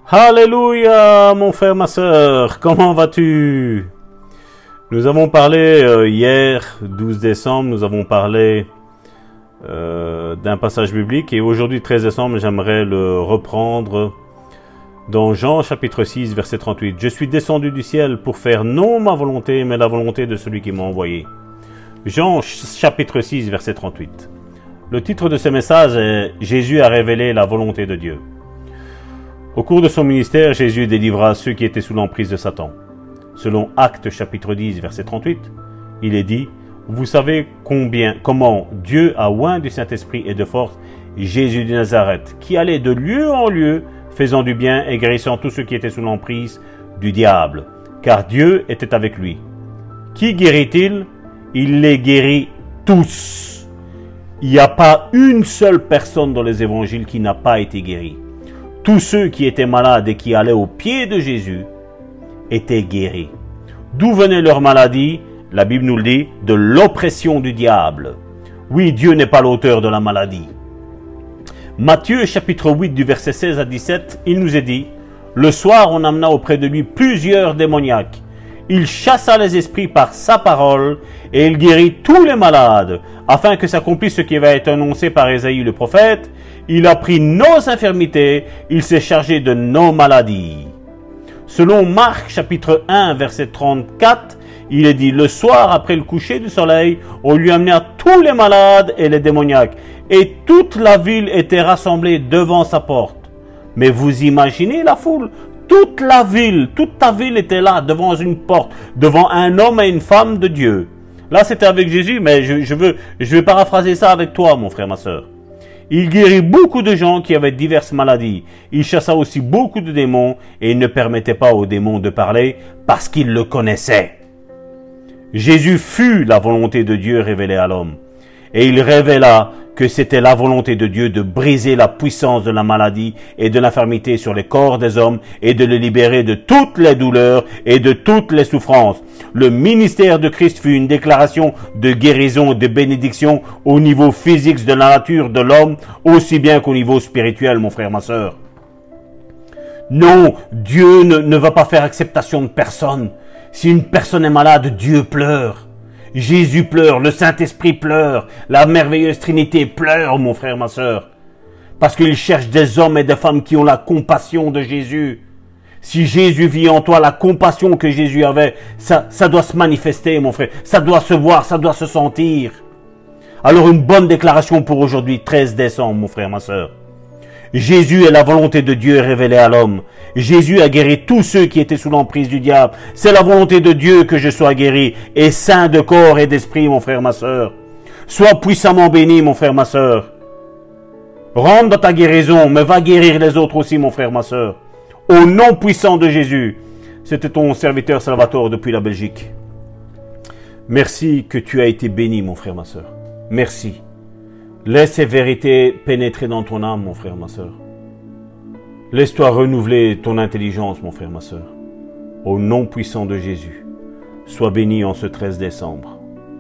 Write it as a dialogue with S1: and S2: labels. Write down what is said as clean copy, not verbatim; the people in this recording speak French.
S1: Alléluia, mon frère, ma sœur, comment vas-tu? Nous avons parlé hier, 12 décembre, nous avons parlé d'un passage biblique et aujourd'hui, 13 décembre, j'aimerais le reprendre dans Jean chapitre 6, verset 38. « Je suis descendu du ciel pour faire non ma volonté, mais la volonté de celui qui m'a envoyé. » Jean chapitre 6, verset 38. Le titre de ce message est « Jésus a révélé la volonté de Dieu ». Au cours de son ministère, Jésus délivra ceux qui étaient sous l'emprise de Satan. Selon Actes chapitre 10, verset 38, il est dit « Vous savez comment Dieu a oint du Saint-Esprit et de force Jésus de Nazareth, qui allait de lieu en lieu, faisant du bien et guérissant tous ceux qui étaient sous l'emprise du diable, car Dieu était avec lui. Qui guérit-il? Il les guérit tous. Il n'y a pas une seule personne dans les évangiles qui n'a pas été guérie. Tous ceux qui étaient malades et qui allaient aux pieds de Jésus étaient guéris. D'où venait leur maladie? La Bible nous le dit, de l'oppression du diable. Oui, Dieu n'est pas l'auteur de la maladie. Matthieu chapitre 8 du verset 16 à 17, il nous est dit, « Le soir on amena auprès de lui plusieurs démoniaques. Il chassa les esprits par sa parole et il guérit tous les malades, afin que s'accomplisse ce qui va être annoncé par Ésaïe le prophète. Il a pris nos infirmités, il s'est chargé de nos maladies. » Selon Marc chapitre 1 verset 34, il est dit, « Le soir après le coucher du soleil, on lui amena tous les malades et les démoniaques, et toute la ville était rassemblée devant sa porte. » Mais vous imaginez la foule? Toute ta ville était là, devant une porte, devant un homme et une femme de Dieu. Là, c'était avec Jésus, mais je vais paraphraser ça avec toi, mon frère, ma sœur. Il guérit beaucoup de gens qui avaient diverses maladies. Il chassa aussi beaucoup de démons et il ne permettait pas aux démons de parler parce qu'il le connaissait. Jésus fut la volonté de Dieu révélée à l'homme. Et il révéla que c'était la volonté de Dieu de briser la puissance de la maladie et de l'infirmité sur les corps des hommes et de les libérer de toutes les douleurs et de toutes les souffrances. Le ministère de Christ fut une déclaration de guérison et de bénédiction au niveau physique de la nature de l'homme, aussi bien qu'au niveau spirituel, mon frère, ma sœur. Non, Dieu ne va pas faire acceptation de personne. Si une personne est malade, Dieu pleure. Jésus pleure, le Saint-Esprit pleure, la merveilleuse Trinité pleure, mon frère, ma sœur. Parce qu'il cherche des hommes et des femmes qui ont la compassion de Jésus. Si Jésus vit en toi, la compassion que Jésus avait, ça doit se manifester, mon frère. Ça doit se voir, ça doit se sentir. Alors une bonne déclaration pour aujourd'hui, 13 décembre, mon frère, ma sœur. Jésus est la volonté de Dieu révélée à l'homme. Jésus a guéri tous ceux qui étaient sous l'emprise du diable. C'est la volonté de Dieu que je sois guéri et saint de corps et d'esprit, mon frère, ma sœur. Sois puissamment béni, mon frère, ma sœur. Rentre dans ta guérison, mais va guérir les autres aussi, mon frère, ma sœur. Au nom puissant de Jésus. C'était ton serviteur Salvatore depuis la Belgique. Merci que tu as été béni, mon frère, ma sœur. Merci. Laisse ces vérités pénétrer dans ton âme, mon frère, ma sœur. Laisse-toi renouveler ton intelligence, mon frère, ma sœur. Au nom puissant de Jésus, sois béni en ce 13 décembre.